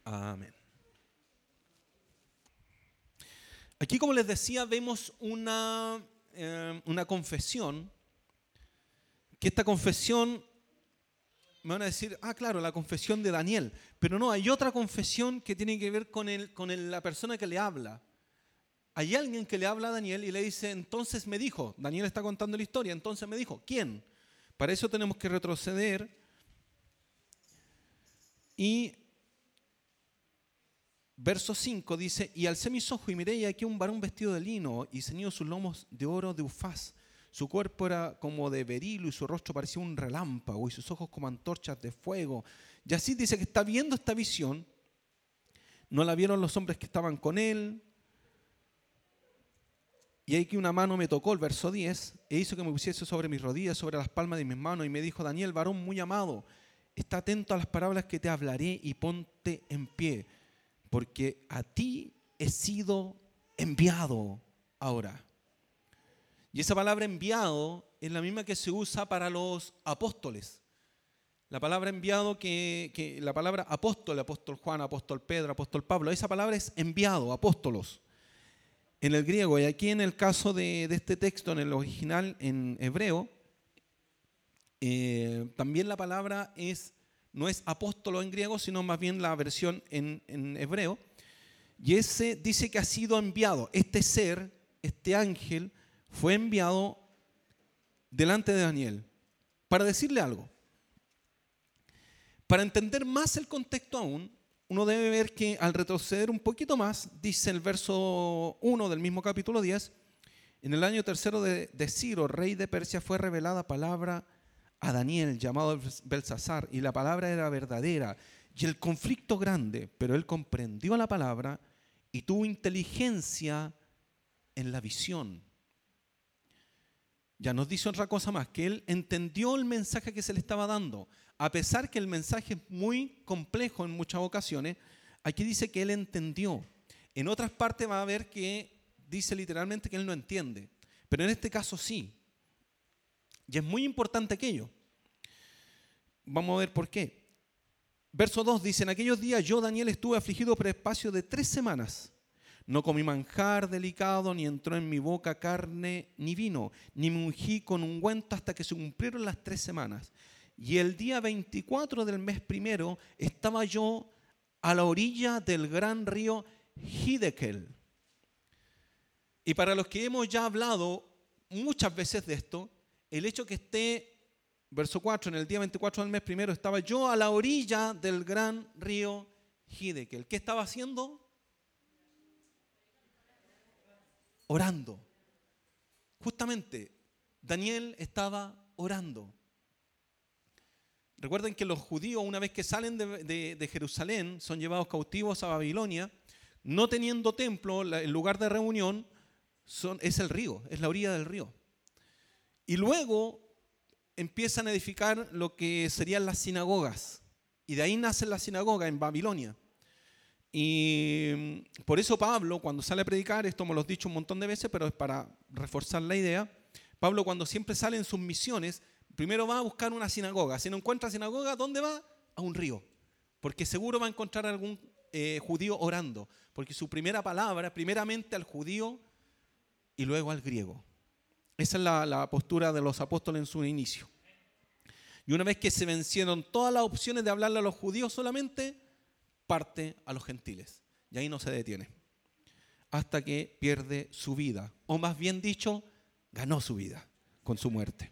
Amén. Aquí, como les decía, vemos una confesión, que esta confesión, me van a decir, claro, la confesión de Daniel, pero no, hay otra confesión que tiene que ver con la persona que le habla. Hay alguien que le habla a Daniel y le dice, entonces me dijo, Daniel está contando la historia, entonces me dijo, ¿quién? Para eso tenemos que retroceder y verso 5 dice, y alcé mis ojos y miré y aquí un varón vestido de lino y ceñido sus lomos de oro de Ufaz. Su cuerpo era como de berilo y su rostro parecía un relámpago y sus ojos como antorchas de fuego. Y así dice que está viendo esta visión. No la vieron los hombres que estaban con él. Y aquí una mano me tocó, el verso 10, e hizo que me pusiese sobre mis rodillas, sobre las palmas de mis manos, y me dijo, Daniel, varón muy amado, está atento a las palabras que te hablaré y ponte en pie, porque a ti he sido enviado ahora. Y esa palabra enviado es la misma que se usa para los apóstoles. La palabra enviado, la palabra apóstol, apóstol Juan, apóstol Pedro, apóstol Pablo, esa palabra es enviado, apóstolos. En el griego, y aquí en el caso de este texto, en el original en hebreo, también la palabra no es apóstolo en griego, sino más bien la versión en hebreo. Y ese dice que ha sido enviado. Este ser, este ángel, fue enviado delante de Daniel para decirle algo. Para entender más el contexto aún, uno debe ver que al retroceder un poquito más, dice el verso 1 del mismo capítulo 10, en el año tercero de Ciro, rey de Persia, fue revelada palabra a Daniel, llamado Belsasar, y la palabra era verdadera, y el conflicto grande, pero él comprendió la palabra y tuvo inteligencia en la visión. Ya nos dice otra cosa más, que él entendió el mensaje que se le estaba dando. A pesar que el mensaje es muy complejo en muchas ocasiones, aquí dice que él entendió. En otras partes va a ver que dice literalmente que él no entiende. Pero en este caso sí. Y es muy importante aquello. Vamos a ver por qué. Verso 2 dice, en aquellos días yo, Daniel, estuve afligido por espacio de 3 semanas. No comí manjar delicado, ni entró en mi boca carne, ni vino, ni me ungí con ungüento hasta que se cumplieron las 3 semanas. Y el día 24 del mes primero estaba yo a la orilla del gran río Hiddekel. Y para los que hemos ya hablado muchas veces de esto, el hecho que esté, verso 4, en el día 24 del mes primero, estaba yo a la orilla del gran río Hiddekel. ¿Qué estaba haciendo? Orando. Justamente, Daniel estaba orando. Recuerden que los judíos, una vez que salen de Jerusalén, son llevados cautivos a Babilonia, no teniendo templo, el lugar de reunión es el río, es la orilla del río. Y luego empiezan a edificar lo que serían las sinagogas. Y de ahí nace la sinagoga en Babilonia. Y por eso Pablo, cuando sale a predicar, esto me lo he dicho un montón de veces, pero es para reforzar la idea, Pablo cuando siempre sale en sus misiones, primero va a buscar una sinagoga. Si no encuentra sinagoga, ¿dónde va? A un río. Porque seguro va a encontrar algún judío orando. Porque su primera palabra, primeramente al judío y luego al griego. Esa es la postura de los apóstoles en su inicio. Y una vez que se vencieron todas las opciones de hablarle a los judíos solamente, parte a los gentiles. Y ahí no se detiene. Hasta que pierde su vida. O más bien dicho, ganó su vida con su muerte.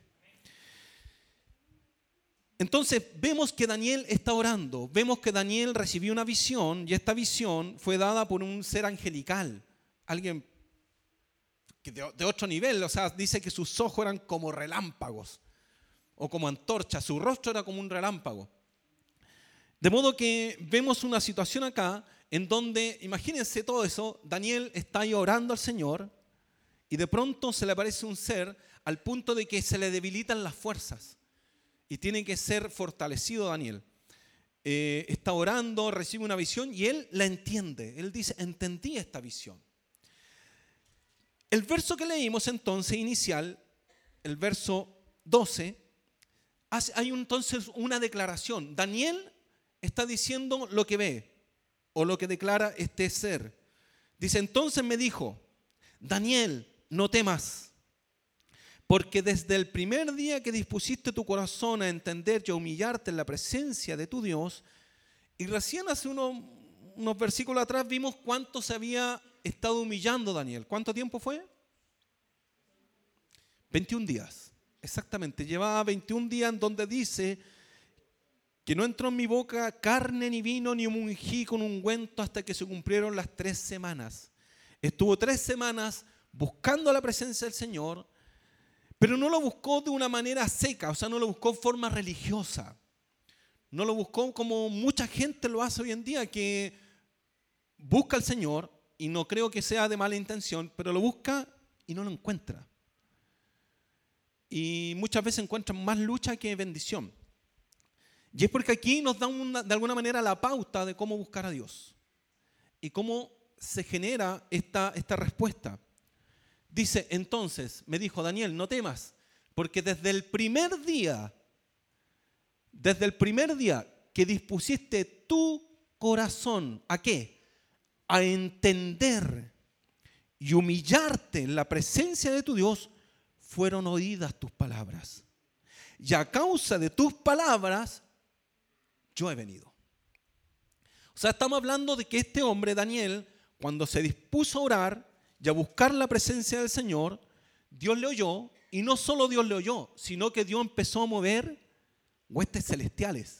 Entonces vemos que Daniel está orando, vemos que Daniel recibió una visión y esta visión fue dada por un ser angelical, alguien de otro nivel, o sea, dice que sus ojos eran como relámpagos o como antorchas, su rostro era como un relámpago. De modo que vemos una situación acá en donde, imagínense todo eso, Daniel está ahí orando al Señor y de pronto se le aparece un ser al punto de que se le debilitan las fuerzas. Y tiene que ser fortalecido Daniel. Está orando, recibe una visión y él la entiende. Él dice, entendí esta visión. El verso que leímos entonces inicial, el verso 12, hay entonces una declaración. Daniel está diciendo lo que ve. o lo que declara este ser. Dice, entonces me dijo, Daniel, no temas, porque desde el primer día que dispusiste tu corazón a entender y a humillarte en la presencia de tu Dios, y recién hace unos versículos atrás vimos cuánto se había estado humillando Daniel. ¿Cuánto tiempo fue? 21 días, exactamente. Llevaba 21 días en donde dice que no entró en mi boca carne ni vino ni me ungí con ungüento hasta que se cumplieron las 3 semanas. Estuvo 3 semanas buscando la presencia del Señor, pero no lo buscó de una manera seca, o sea, no lo buscó en forma religiosa. No lo buscó como mucha gente lo hace hoy en día, que busca al Señor, y no creo que sea de mala intención, pero lo busca y no lo encuentra. Y muchas veces encuentran más lucha que bendición. Y es porque aquí nos da de alguna manera la pauta de cómo buscar a Dios y cómo se genera esta respuesta. Dice, entonces, me dijo, Daniel, no temas, porque desde el primer día que dispusiste tu corazón, ¿a qué? A entender y humillarte en la presencia de tu Dios, fueron oídas tus palabras. Y a causa de tus palabras, yo he venido. O sea, estamos hablando de que este hombre, Daniel, cuando se dispuso a orar y a buscar la presencia del Señor, Dios le oyó, y no solo Dios le oyó, sino que Dios empezó a mover huestes celestiales.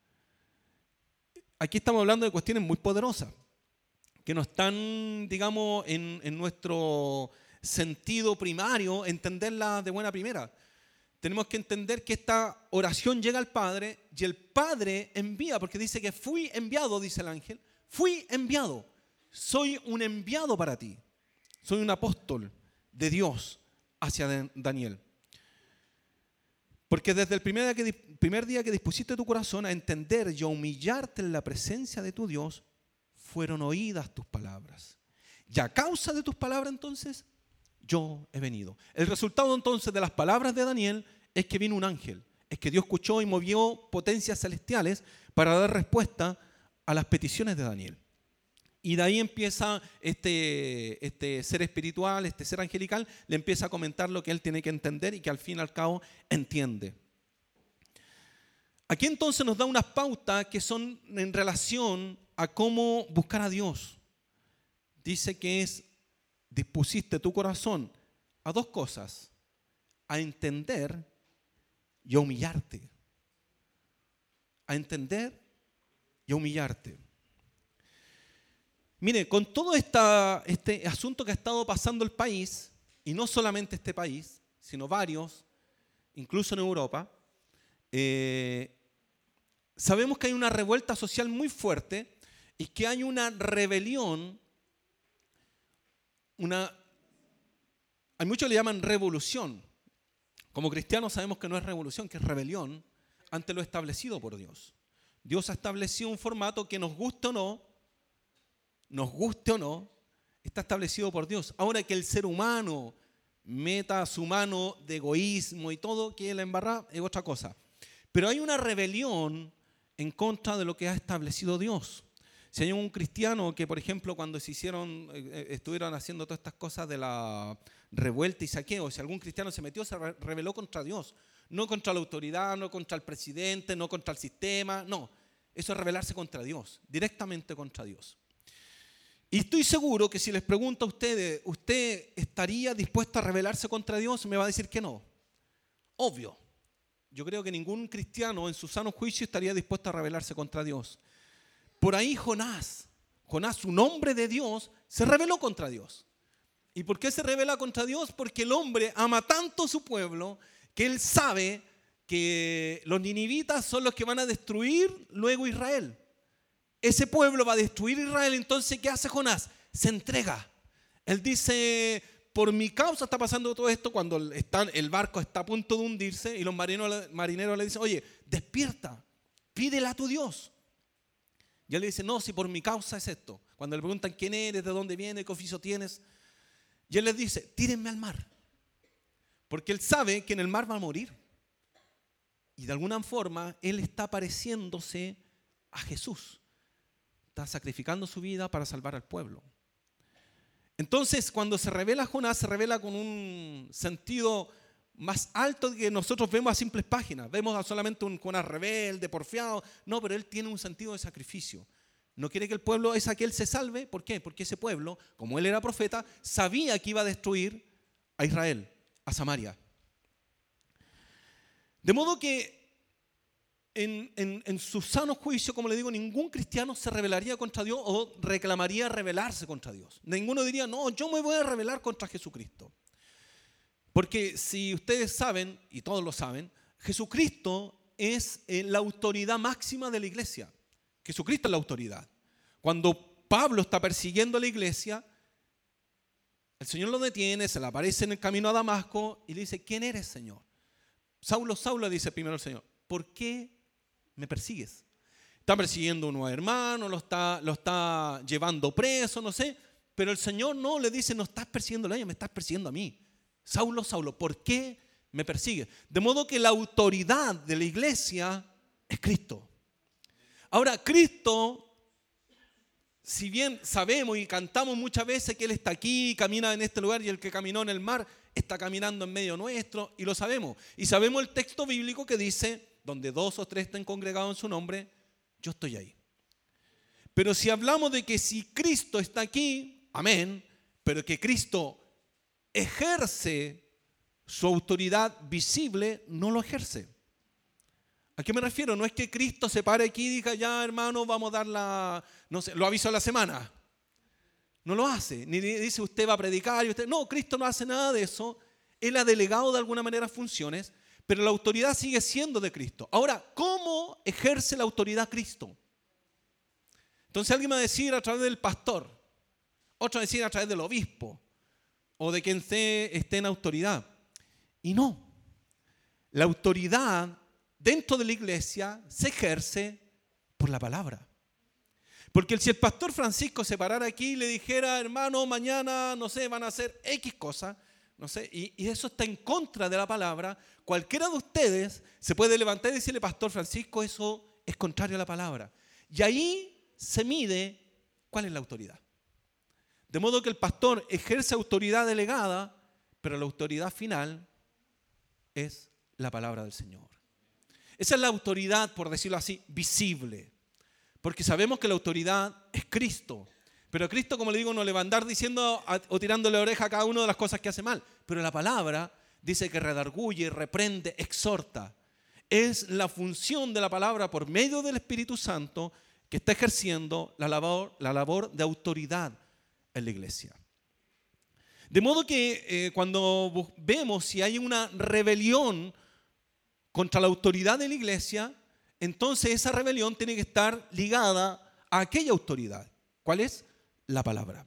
Aquí estamos hablando de cuestiones muy poderosas, que no están, digamos, en nuestro sentido primario, entenderla de buena primera. Tenemos que entender que esta oración llega al Padre y el Padre envía, porque dice que fui enviado, dice el ángel, fui enviado, soy un enviado para ti, soy un apóstol de Dios hacia Daniel. Porque desde el primer día que dispusiste tu corazón a entender y a humillarte en la presencia de tu Dios, fueron oídas tus palabras. Y a causa de tus palabras entonces, yo he venido. El resultado entonces de las palabras de Daniel es que vino un ángel. Es que Dios escuchó y movió potencias celestiales para dar respuesta a las peticiones de Daniel. Y de ahí empieza este ser espiritual, este ser angelical, le empieza a comentar lo que él tiene que entender y que al fin y al cabo entiende. Aquí entonces nos da unas pautas que son en relación a cómo buscar a Dios. Dice que dispusiste tu corazón a 2 cosas, a entender y a humillarte. A entender y a humillarte. Mire, con todo este asunto que ha estado pasando el país, y no solamente este país, sino varios, incluso en Europa, sabemos que hay una revuelta social muy fuerte y que hay una rebelión, hay muchos le llaman revolución. Como cristianos sabemos que no es revolución, que es rebelión ante lo establecido por Dios. Dios ha establecido un formato que nos guste o no, está establecido por Dios. Ahora que el ser humano meta su mano de egoísmo y todo, que la embarra, es otra cosa. Pero hay una rebelión en contra de lo que ha establecido Dios. Si hay un cristiano que, por ejemplo, cuando estuvieron haciendo todas estas cosas de la revuelta y saqueo, si algún cristiano se rebeló contra Dios, no contra la autoridad, no contra el presidente, no contra el sistema, no. Eso es rebelarse contra Dios, directamente contra Dios. Y estoy seguro que si les pregunto a ustedes, ¿usted estaría dispuesto a rebelarse contra Dios? Me va a decir que no. Obvio. Yo creo que ningún cristiano en su sano juicio estaría dispuesto a rebelarse contra Dios. Por ahí Jonás, un hombre de Dios, se rebeló contra Dios. ¿Y por qué se rebela contra Dios? Porque el hombre ama tanto a su pueblo que él sabe que los ninivitas son los que van a destruir luego Israel. Ese pueblo va a destruir Israel, entonces ¿qué hace Jonás? Se entrega. Él dice, por mi causa está pasando todo esto, cuando el barco está a punto de hundirse y los marineros le dicen, oye, despierta, pídele a tu Dios. Y él le dice, no, si por mi causa es esto. Cuando le preguntan quién eres, de dónde vienes, qué oficio tienes, y él les dice, tírenme al mar. Porque él sabe que en el mar va a morir. Y de alguna forma él está pareciéndose a Jesús. está sacrificando su vida para salvar al pueblo. Entonces, cuando se revela Jonás, se revela con un sentido más alto que nosotros vemos a simples páginas. Vemos solamente un Jonás rebelde, porfiado. No, pero él tiene un sentido de sacrificio. No quiere que el pueblo es aquel se salve. ¿Por qué? Porque ese pueblo, como él era profeta, sabía que iba a destruir a Israel, a Samaria. De modo que en su sano juicio, como le digo, ningún cristiano se rebelaría contra Dios o reclamaría rebelarse contra Dios. Ninguno diría, no, yo me voy a rebelar contra Jesucristo. Porque si ustedes saben, y todos lo saben, Jesucristo es la autoridad máxima de la iglesia. Jesucristo es la autoridad. Cuando Pablo está persiguiendo a la iglesia, el Señor lo detiene, se le aparece en el camino a Damasco y le dice, ¿quién eres, Señor? Saulo, Saulo, dice primero el Señor, ¿por qué me persigues? Está persiguiendo a unos hermanos, lo está llevando preso, no sé, pero el Señor no le dice, no estás persiguiendo a ellos, me estás persiguiendo a mí. Saulo, Saulo, ¿por qué me persigues? De modo que la autoridad de la iglesia es Cristo. Ahora, Cristo, si bien sabemos y cantamos muchas veces que Él está aquí, camina en este lugar y el que caminó en el mar está caminando en medio nuestro, y lo sabemos. Y sabemos el texto bíblico que dice, donde 2 o 3 estén congregados en su nombre, yo estoy ahí. Pero si hablamos de que si Cristo está aquí, amén, pero que Cristo ejerce su autoridad visible, no lo ejerce. ¿A qué me refiero? No es que Cristo se pare aquí y diga, ya hermano, vamos a dar lo aviso a la semana. No lo hace, ni dice usted va a predicar. No, Cristo no hace nada de eso. Él ha delegado de alguna manera funciones, pero la autoridad sigue siendo de Cristo. Ahora, ¿cómo ejerce la autoridad Cristo? Entonces alguien va a decir a través del pastor, otro va a decir a través del obispo, o de quien esté en autoridad. Y no, la autoridad dentro de la iglesia se ejerce por la palabra. Porque si el pastor Francisco se parara aquí y le dijera, hermano, mañana, no sé, van a hacer X cosa, no sé, y eso está en contra de la palabra, cualquiera de ustedes se puede levantar y decirle, pastor Francisco, eso es contrario a la palabra. Y ahí se mide cuál es la autoridad. De modo que el pastor ejerce autoridad delegada, pero la autoridad final es la palabra del Señor. Esa es la autoridad, por decirlo así, visible. Porque sabemos que la autoridad es Cristo. Pero Cristo, como le digo, no le va a andar diciendo o tirándole la oreja a cada una de las cosas que hace mal. Pero la palabra dice que redarguye, reprende, exhorta. Es la función de la palabra por medio del Espíritu Santo que está ejerciendo la labor de autoridad en la iglesia. De modo que cuando vemos si hay una rebelión contra la autoridad de la iglesia, entonces esa rebelión tiene que estar ligada a aquella autoridad. ¿Cuál es? La palabra.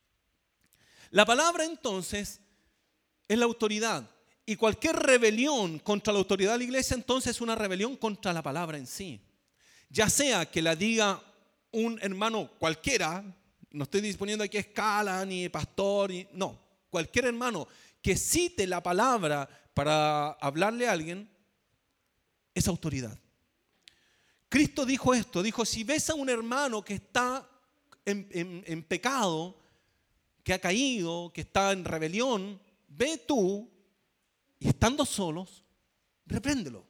La palabra entonces es la autoridad. Y cualquier rebelión contra la autoridad de la iglesia entonces es una rebelión contra la palabra en sí. Ya sea que la diga un hermano cualquiera, no estoy disponiendo aquí escala ni pastor, no, cualquier hermano que cite la palabra para hablarle a alguien, es autoridad. Cristo dijo esto, dijo, si ves a un hermano que está en pecado, que ha caído, que está en rebelión, ve tú y estando solos, repréndelo.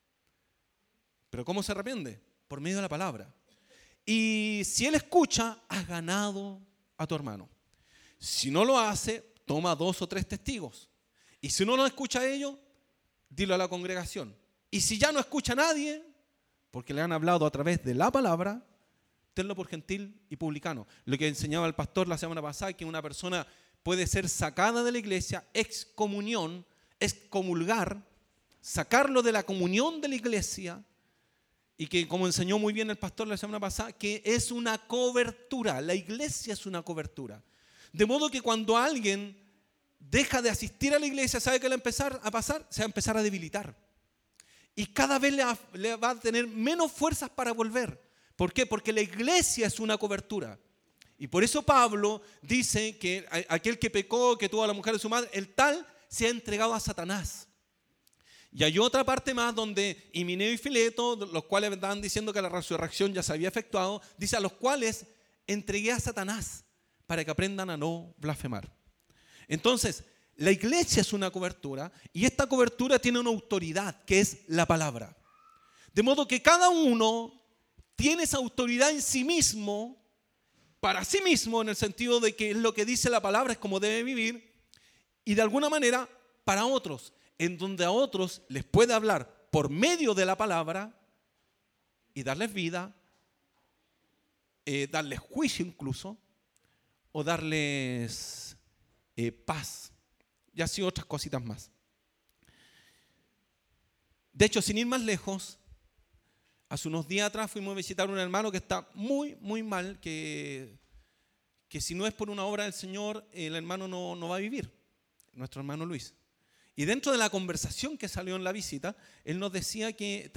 ¿Pero cómo se reprende? Por medio de la palabra. Y si él escucha, has ganado a tu hermano. Si no lo hace, toma 2 o 3 testigos. Y si no lo escucha a ellos, dilo a la congregación. Y si ya no escucha a nadie, porque le han hablado a través de la palabra, tenlo por gentil y publicano. Lo que enseñaba el pastor la semana pasada, que una persona puede ser sacada de la iglesia, excomunión, excomulgar, sacarlo de la comunión de la iglesia, y que como enseñó muy bien el pastor la semana pasada, que es una cobertura, la iglesia es una cobertura. De modo que cuando alguien deja de asistir a la iglesia, ¿sabe qué le va a empezar a pasar? Se va a empezar a debilitar. Y cada vez le va a tener menos fuerzas para volver. ¿Por qué? Porque la iglesia es una cobertura. Y por eso Pablo dice que aquel que pecó, que tuvo a la mujer de su madre, el tal se ha entregado a Satanás. Y hay otra parte más donde Himeneo y Fileto, los cuales estaban diciendo que la resurrección ya se había efectuado, dice a los cuales entregué a Satanás para que aprendan a no blasfemar. Entonces, la iglesia es una cobertura y esta cobertura tiene una autoridad que es la palabra. De modo que cada uno tiene esa autoridad en sí mismo, para sí mismo, en el sentido de que es lo que dice la palabra, es como debe vivir, y de alguna manera para otros, en donde a otros les puede hablar por medio de la palabra y darles vida, darles juicio incluso, o darles paz, y así otras cositas más. De hecho, sin ir más lejos, hace unos días atrás fuimos a visitar a un hermano que está muy, muy mal, que si no es por una obra del Señor, el hermano no va a vivir, nuestro hermano Luis. Y dentro de la conversación que salió en la visita, él nos decía que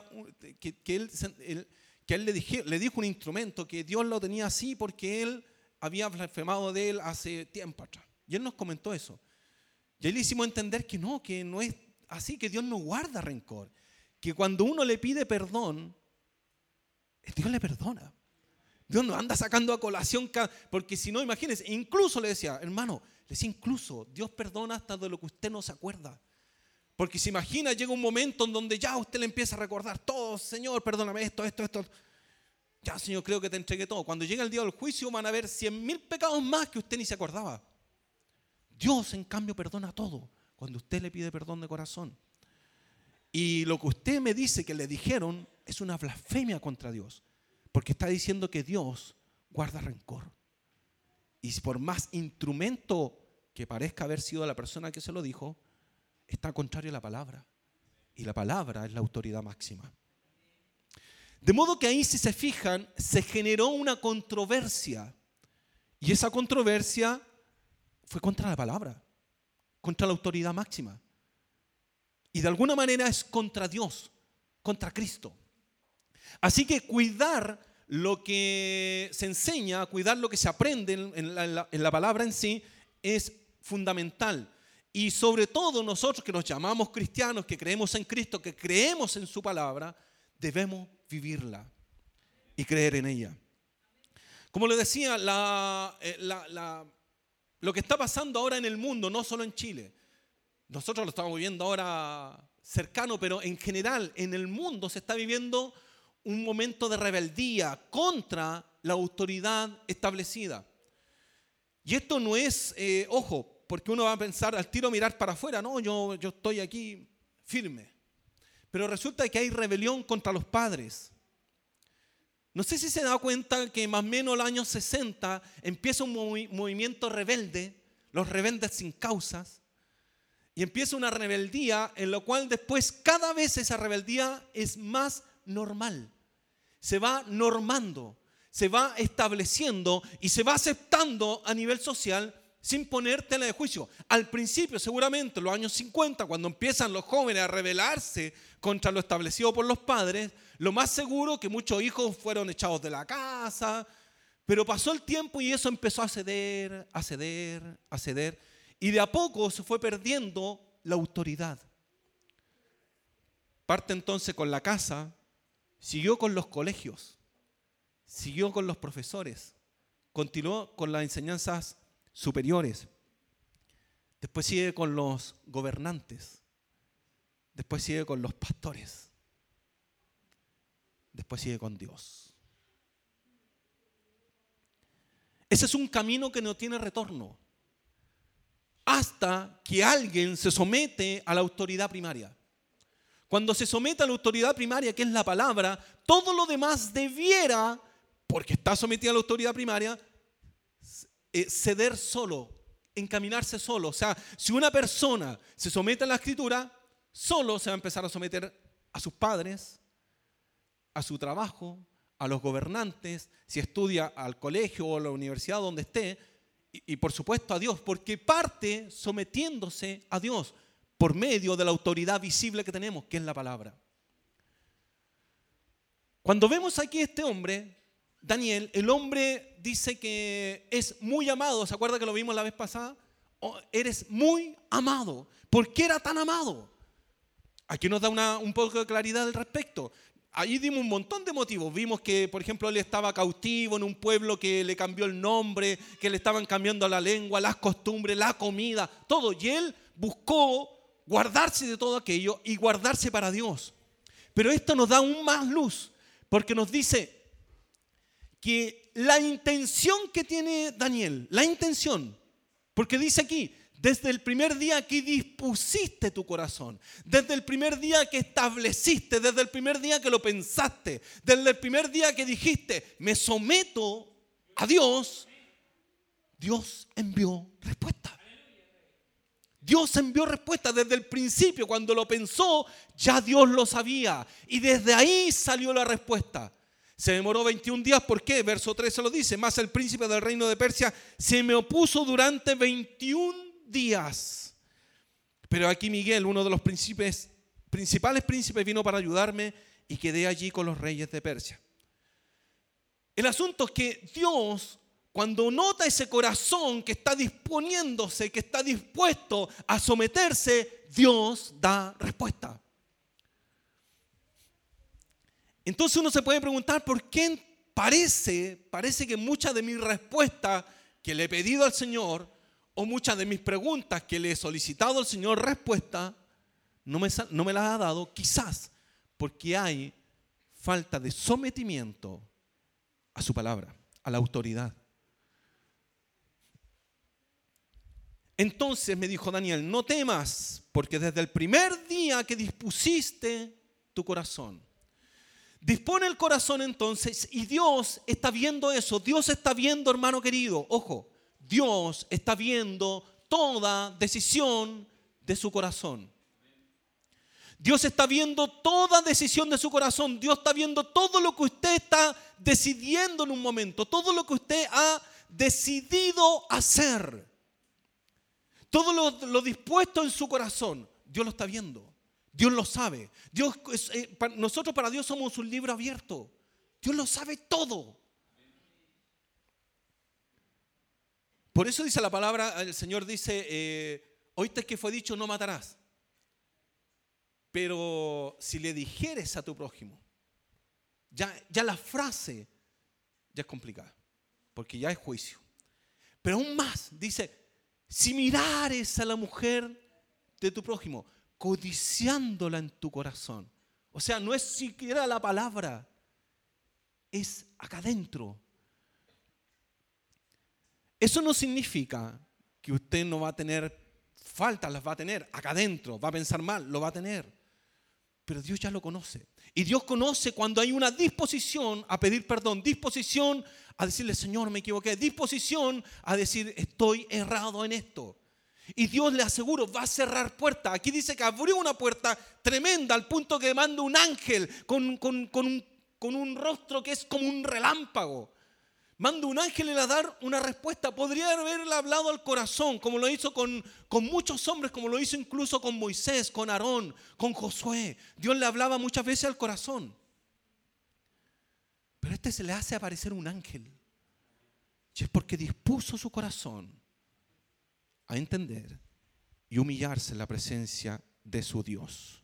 él le dijo un instrumento, que Dios lo tenía así porque él había blasfemado de él hace tiempo atrás. Y él nos comentó eso. Y ahí le hicimos entender que no es así, que Dios no guarda rencor. Que cuando uno le pide perdón, Dios le perdona. Dios no anda sacando a colación, porque si no, imagínense, incluso le decía, hermano, incluso Dios perdona hasta de lo que usted no se acuerda. Porque se imagina, llega un momento en donde ya usted le empieza a recordar todo, Señor, perdóname esto. Ya, Señor, creo que te entregué todo. Cuando llega el día del juicio van a haber 100,000 pecados más que usted ni se acordaba. Dios, en cambio, perdona todo cuando usted le pide perdón de corazón. Y lo que usted me dice que le dijeron es una blasfemia contra Dios, porque está diciendo que Dios guarda rencor. Y por más instrumento que parezca haber sido la persona que se lo dijo, está contrario a la palabra. Y la palabra es la autoridad máxima. De modo que ahí, si se fijan, se generó una controversia. Y esa controversia fue contra la palabra, contra la autoridad máxima. Y de alguna manera es contra Dios, contra Cristo. Así que cuidar lo que se enseña, cuidar lo que se aprende en la palabra en sí, es fundamental. Y sobre todo nosotros que nos llamamos cristianos, que creemos en Cristo, que creemos en su palabra, debemos vivirla y creer en ella. Como les decía, lo que está pasando ahora en el mundo, no solo en Chile, nosotros lo estamos viviendo ahora cercano, pero en general en el mundo se está viviendo un momento de rebeldía contra la autoridad establecida. Y esto no es, ojo, porque uno va a pensar al tiro mirar para afuera, no, yo estoy aquí firme. Pero resulta que hay rebelión contra los padres. No sé si se da cuenta que más o menos en los años 60 empieza un movimiento rebelde, los rebeldes sin causas, y empieza una rebeldía en la cual después cada vez esa rebeldía es más normal. Se va normando, se va estableciendo y se va aceptando a nivel social sin poner tela de juicio. Al principio, seguramente, en los años 50, cuando empiezan los jóvenes a rebelarse contra lo establecido por los padres, lo más seguro que muchos hijos fueron echados de la casa, pero pasó el tiempo y eso empezó a ceder, y de a poco se fue perdiendo la autoridad. Parte entonces con la casa, siguió con los colegios, siguió con los profesores, continuó con las enseñanzas superiores, después sigue con los gobernantes, después sigue con los pastores, después sigue con Dios. Ese es un camino que no tiene retorno hasta que alguien se somete a la autoridad primaria. Cuando se somete a la autoridad primaria, que es la palabra, todo lo demás debiera, porque está sometido a la autoridad primaria, ceder solo, encaminarse solo. O sea, si una persona se somete a la escritura, solo se va a empezar a someter a sus padres, a su trabajo, a los gobernantes, si estudia al colegio o a la universidad donde esté, y por supuesto a Dios, porque parte sometiéndose a Dios por medio de la autoridad visible que tenemos, que es la palabra. Cuando vemos aquí a este hombre, Daniel, el hombre dice que es muy amado. ¿Se acuerda que lo vimos la vez pasada? Oh, eres muy amado. ¿Por qué era tan amado? Aquí nos da un poco de claridad al respecto. Ahí dimos un montón de motivos. Vimos que, por ejemplo, él estaba cautivo en un pueblo que le cambió el nombre, que le estaban cambiando la lengua, las costumbres, la comida, todo. Y él buscó guardarse de todo aquello y guardarse para Dios. Pero esto nos da aún más luz, porque nos dice que la intención que tiene Daniel, la intención, porque dice aquí, desde el primer día que dispusiste tu corazón, desde el primer día que estableciste, desde el primer día que lo pensaste, desde el primer día que dijiste, me someto a Dios, Dios envió respuesta. Dios envió respuesta desde el principio. Cuando lo pensó, ya Dios lo sabía. Y desde ahí salió la respuesta. Se demoró 21 días, ¿por qué? Verso 13 lo dice, mas el príncipe del reino de Persia se me opuso durante 21 días. Pero aquí Miguel, uno de los principales príncipes, vino para ayudarme y quedé allí con los reyes de Persia. El asunto es que Dios, cuando nota ese corazón que está disponiéndose, que está dispuesto a someterse, Dios da respuesta. Entonces uno se puede preguntar por qué parece que muchas de mis respuestas que le he pedido al Señor o muchas de mis preguntas que le he solicitado al Señor respuesta no me las ha dado, quizás porque hay falta de sometimiento a su palabra, a la autoridad. Entonces me dijo Daniel, no temas, porque desde el primer día que dispusiste tu corazón, dispone el corazón entonces, y Dios está viendo eso. Dios está viendo, hermano querido, ojo, Dios está viendo toda decisión de su corazón. Dios está viendo toda decisión de su corazón. Dios está viendo todo lo que usted está decidiendo en un momento, todo lo que usted ha decidido hacer, todo lo dispuesto en su corazón. Dios lo está viendo. Dios lo sabe. Nosotros para Dios somos un libro abierto. Dios lo sabe todo. Por eso dice la palabra, el Señor dice, oíste que fue dicho, no matarás. Pero si le dijeres a tu prójimo, ya la frase ya es complicada, porque ya es juicio. Pero aún más, dice, si mirares a la mujer de tu prójimo, codiciándola en tu corazón. O sea, no es siquiera la palabra, es acá adentro. Eso no significa que usted no va a tener faltas, las va a tener acá adentro, va a pensar mal, lo va a tener. Pero Dios ya lo conoce. Y Dios conoce cuando hay una disposición a pedir perdón, disposición a decirle, Señor, me equivoqué, disposición a decir, estoy errado en esto. Y Dios, le aseguro, va a cerrar puertas. Aquí dice que abrió una puerta tremenda al punto que manda un ángel con un rostro que es como un relámpago. Manda un ángel y le dar una respuesta. Podría haberle hablado al corazón, como lo hizo con muchos hombres, como lo hizo incluso con Moisés, con Aarón, con Josué. Dios le hablaba muchas veces al corazón. Pero a se le hace aparecer un ángel. Y es porque dispuso su corazón a entender y humillarse en la presencia de su Dios.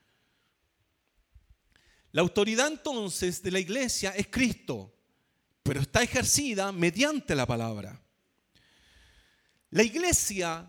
La autoridad entonces de la iglesia es Cristo, pero está ejercida mediante la palabra. La iglesia,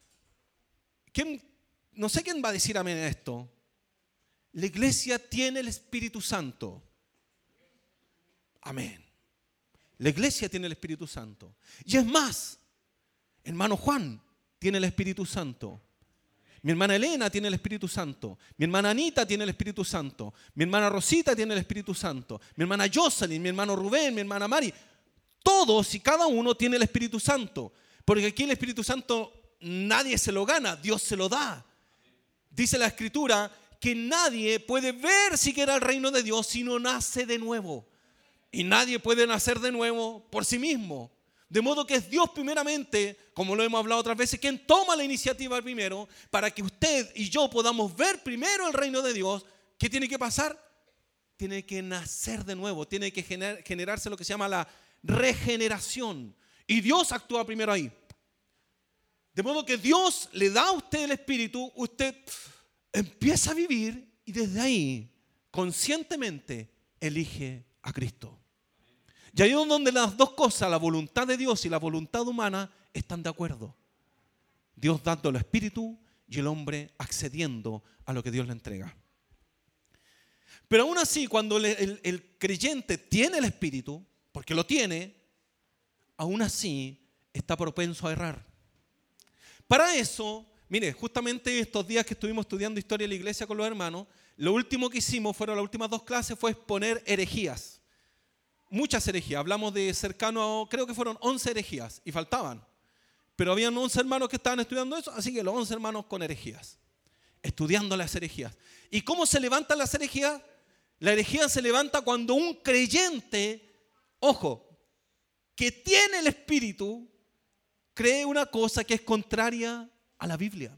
no sé quién va a decir amén a esto, la iglesia tiene el Espíritu Santo. Amén. La iglesia tiene el Espíritu Santo. Y es más, hermano Juan tiene el Espíritu Santo. Mi hermana Elena tiene el Espíritu Santo. Mi hermana Anita tiene el Espíritu Santo. Mi hermana Rosita tiene el Espíritu Santo. Mi hermana Jocelyn, mi hermano Rubén, mi hermana Mari. Todos y cada uno tiene el Espíritu Santo. Porque aquí el Espíritu Santo nadie se lo gana, Dios se lo da. Dice la Escritura que nadie puede ver siquiera el reino de Dios si no nace de nuevo. Y nadie puede nacer de nuevo por sí mismo. De modo que es Dios primeramente, como lo hemos hablado otras veces, quien toma la iniciativa primero para que usted y yo podamos ver primero el reino de Dios. ¿Qué tiene que pasar? Tiene que nacer de nuevo, tiene que generarse lo que se llama la regeneración. Y Dios actúa primero ahí. De modo que Dios le da a usted el Espíritu, usted empieza a vivir y desde ahí conscientemente elige a Cristo. Y ahí es donde las dos cosas, la voluntad de Dios y la voluntad humana, están de acuerdo. Dios dando el Espíritu y el hombre accediendo a lo que Dios le entrega. Pero aún así, cuando el creyente tiene el Espíritu, porque lo tiene, aún así está propenso a errar. Para eso, mire, justamente estos días que estuvimos estudiando historia de la iglesia con los hermanos, lo último que hicimos, fueron las últimas 2 clases, fue exponer herejías. Muchas herejías. Hablamos de cercano, creo que fueron 11 herejías y faltaban. Pero habían 11 hermanos que estaban estudiando eso, así que los 11 hermanos con herejías. Estudiando las herejías. ¿Y cómo se levantan las herejías? La herejía se levanta cuando un creyente, ojo, que tiene el Espíritu, cree una cosa que es contraria a la Biblia.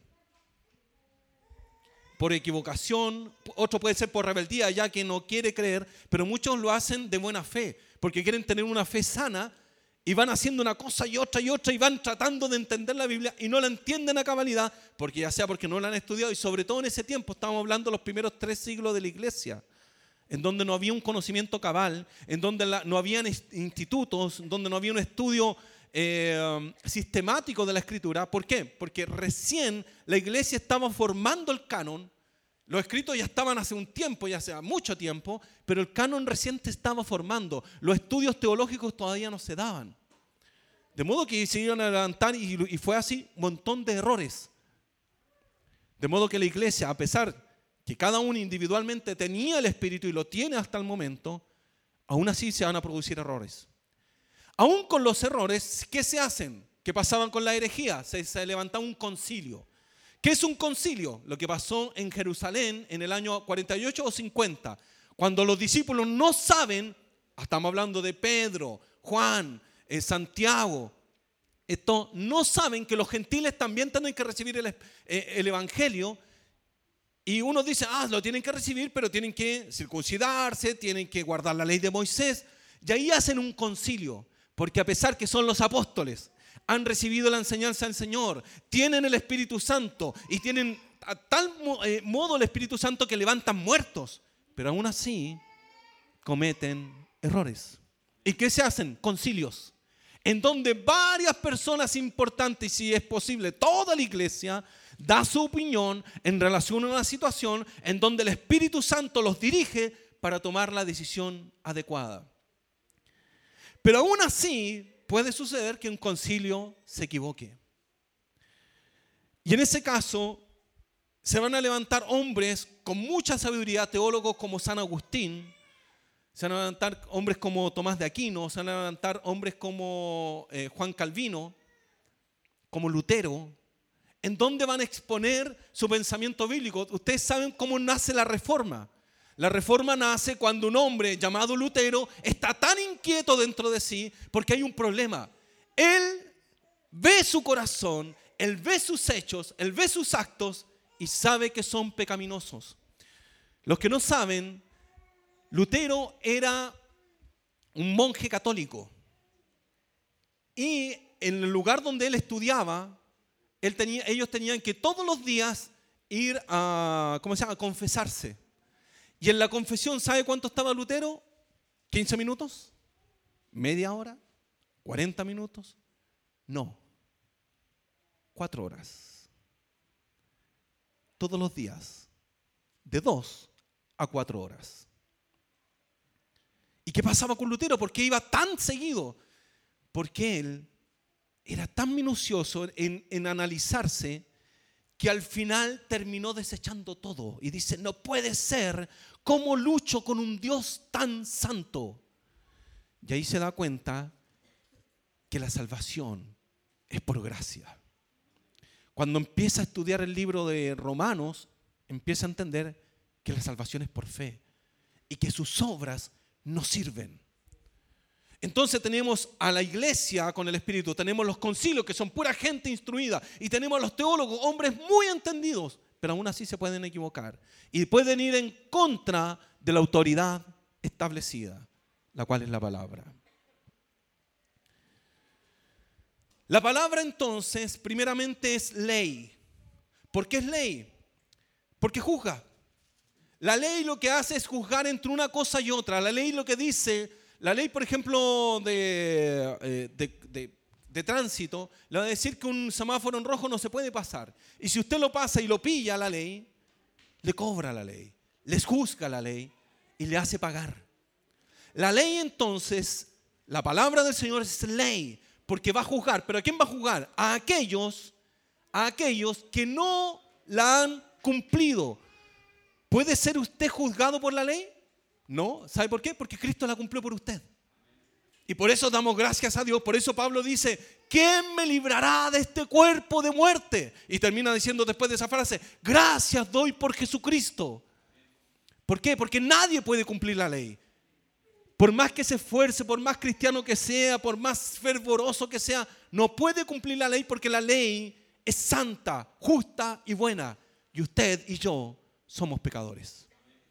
Por equivocación, otro puede ser por rebeldía, ya que no quiere creer, pero muchos lo hacen de buena fe, porque quieren tener una fe sana y van haciendo una cosa y otra y van tratando de entender la Biblia y no la entienden a cabalidad, porque ya sea porque no la han estudiado y sobre todo en ese tiempo, estamos hablando de los primeros 3 siglos de la iglesia, en donde no había un conocimiento cabal, en donde no habían institutos, donde no había un estudio sistemático de la Escritura. ¿Por qué? Porque recién la iglesia estaba formando el canon. Los escritos ya estaban hace un tiempo, ya hace mucho tiempo, pero el canon recién se estaba formando. Los estudios teológicos todavía no se daban. De modo que se iban a levantar y fue así, un montón de errores. De modo que la iglesia, a pesar que cada uno individualmente tenía el Espíritu y lo tiene hasta el momento, aún así se van a producir errores. Aún con los errores, ¿qué se hacen? ¿Qué pasaban con la herejía? Se levantaba un concilio. ¿Qué es un concilio? Lo que pasó en Jerusalén en el año 48 o 50, cuando los discípulos no saben, estamos hablando de Pedro, Juan, Santiago, no saben que los gentiles también tienen que recibir el evangelio. Y uno dice, lo tienen que recibir, pero tienen que circuncidarse, tienen que guardar la ley de Moisés. Y ahí hacen un concilio, porque a pesar que son los apóstoles, han recibido la enseñanza del Señor, tienen el Espíritu Santo y tienen a tal modo el Espíritu Santo que levantan muertos, pero aún así cometen errores. ¿Y qué se hacen? Concilios, en donde varias personas importantes, y si es posible toda la iglesia, da su opinión en relación a una situación en donde el Espíritu Santo los dirige para tomar la decisión adecuada. Pero aún así puede suceder que un concilio se equivoque. Y en ese caso se van a levantar hombres con mucha sabiduría, teólogos como San Agustín, se van a levantar hombres como Tomás de Aquino, se van a levantar hombres como Juan Calvino, como Lutero, en donde van a exponer su pensamiento bíblico. Ustedes saben cómo nace la Reforma. La Reforma nace cuando un hombre llamado Lutero está tan inquieto dentro de sí porque hay un problema. Él ve su corazón, él ve sus hechos, él ve sus actos y sabe que son pecaminosos. Los que no saben, Lutero era un monje católico y en el lugar donde él estudiaba, ellos tenían que todos los días ir a confesarse. Y en la confesión, ¿sabe cuánto estaba Lutero? ¿15 minutos? ¿Media hora? ¿40 minutos? No. 4 horas. Todos los días. De 2 a 4 horas. ¿Y qué pasaba con Lutero? ¿Por qué iba tan seguido? Porque él era tan minucioso en analizarse que al final terminó desechando todo y dice, no puede ser, ¿cómo lucho con un Dios tan santo? Y ahí se da cuenta que la salvación es por gracia. Cuando empieza a estudiar el libro de Romanos, empieza a entender que la salvación es por fe y que sus obras no sirven. Entonces tenemos a la iglesia con el Espíritu, tenemos los concilios que son pura gente instruida y tenemos a los teólogos, hombres muy entendidos, pero aún así se pueden equivocar y pueden ir en contra de la autoridad establecida, la cual es la palabra. La palabra entonces primeramente es ley. ¿Por qué es ley? Porque juzga. La ley lo que hace es juzgar entre una cosa y otra. La ley lo que dice, la ley por ejemplo de tránsito, le va a decir que un semáforo en rojo no se puede pasar. Y si usted lo pasa y lo pilla la ley, le cobra la ley, les juzga la ley y le hace pagar. La ley entonces, la palabra del Señor es ley, porque va a juzgar. ¿Pero a quién va a juzgar? A aquellos que no la han cumplido. ¿Puede ser usted juzgado por la ley? No. ¿Sabe por qué? Porque Cristo la cumplió por usted. Y por eso damos gracias a Dios. Por eso Pablo dice, ¿quién me librará de este cuerpo de muerte? Y termina diciendo después de esa frase, gracias doy por Jesucristo. ¿Por qué? Porque nadie puede cumplir la ley. Por más que se esfuerce, por más cristiano que sea, por más fervoroso que sea, no puede cumplir la ley porque la ley es santa, justa y buena. Y usted y yo somos pecadores.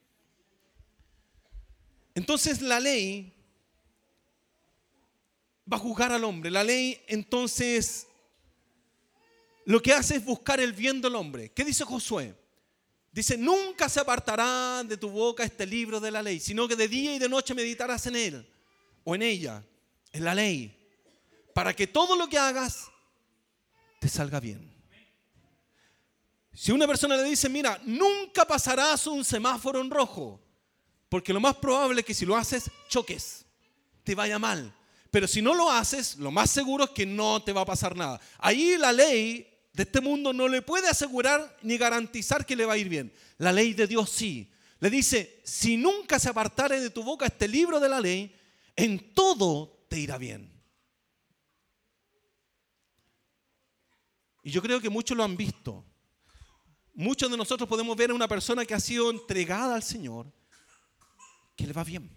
Entonces la ley va a juzgar al hombre. La ley entonces lo que hace es buscar el bien del hombre. ¿Qué dice Josué? Dice, nunca se apartará de tu boca este libro de la ley, sino que de día y de noche meditarás en él o en ella, en la ley, para que todo lo que hagas te salga bien. Si una persona le dice, mira, nunca pasarás un semáforo en rojo, porque lo más probable es que si lo haces, choques, te vaya mal. Pero si no lo haces, lo más seguro es que no te va a pasar nada. Ahí la ley de este mundo no le puede asegurar ni garantizar que le va a ir bien. La ley de Dios sí. Le dice, si nunca se apartare de tu boca este libro de la ley, en todo te irá bien. Y yo creo que muchos lo han visto. Muchos de nosotros podemos ver a una persona que ha sido entregada al Señor, que le va bien.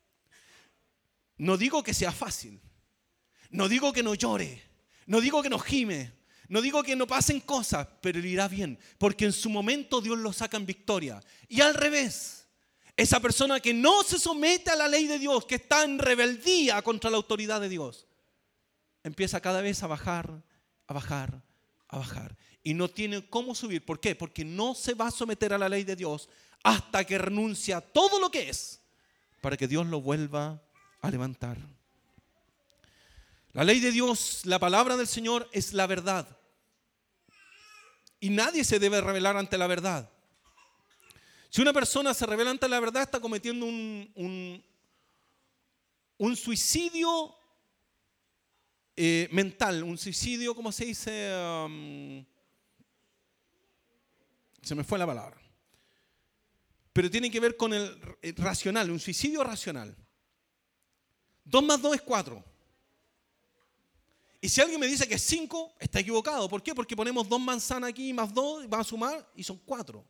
No digo que sea fácil. No digo que no llore. No digo que no gime. No digo que no pasen cosas, pero le irá bien, porque en su momento Dios lo saca en victoria. Y al revés, esa persona que no se somete a la ley de Dios, que está en rebeldía contra la autoridad de Dios, empieza cada vez a bajar, a bajar, a bajar. Y no tiene cómo subir. ¿Por qué? Porque no se va a someter a la ley de Dios hasta que renuncia a todo lo que es, para que Dios lo vuelva a levantar. La ley de Dios, la palabra del Señor es la verdad. Y nadie se debe rebelar ante la verdad. Si una persona se rebela ante la verdad, está cometiendo un suicidio mental, un suicidio, ¿cómo se dice? Se me fue la palabra. Pero tiene que ver con el racional, un suicidio racional. 2 más 2 es 4. Y si alguien me dice que es 5, está equivocado. ¿Por qué? Porque ponemos 2 manzanas aquí más 2, va a sumar y son 4.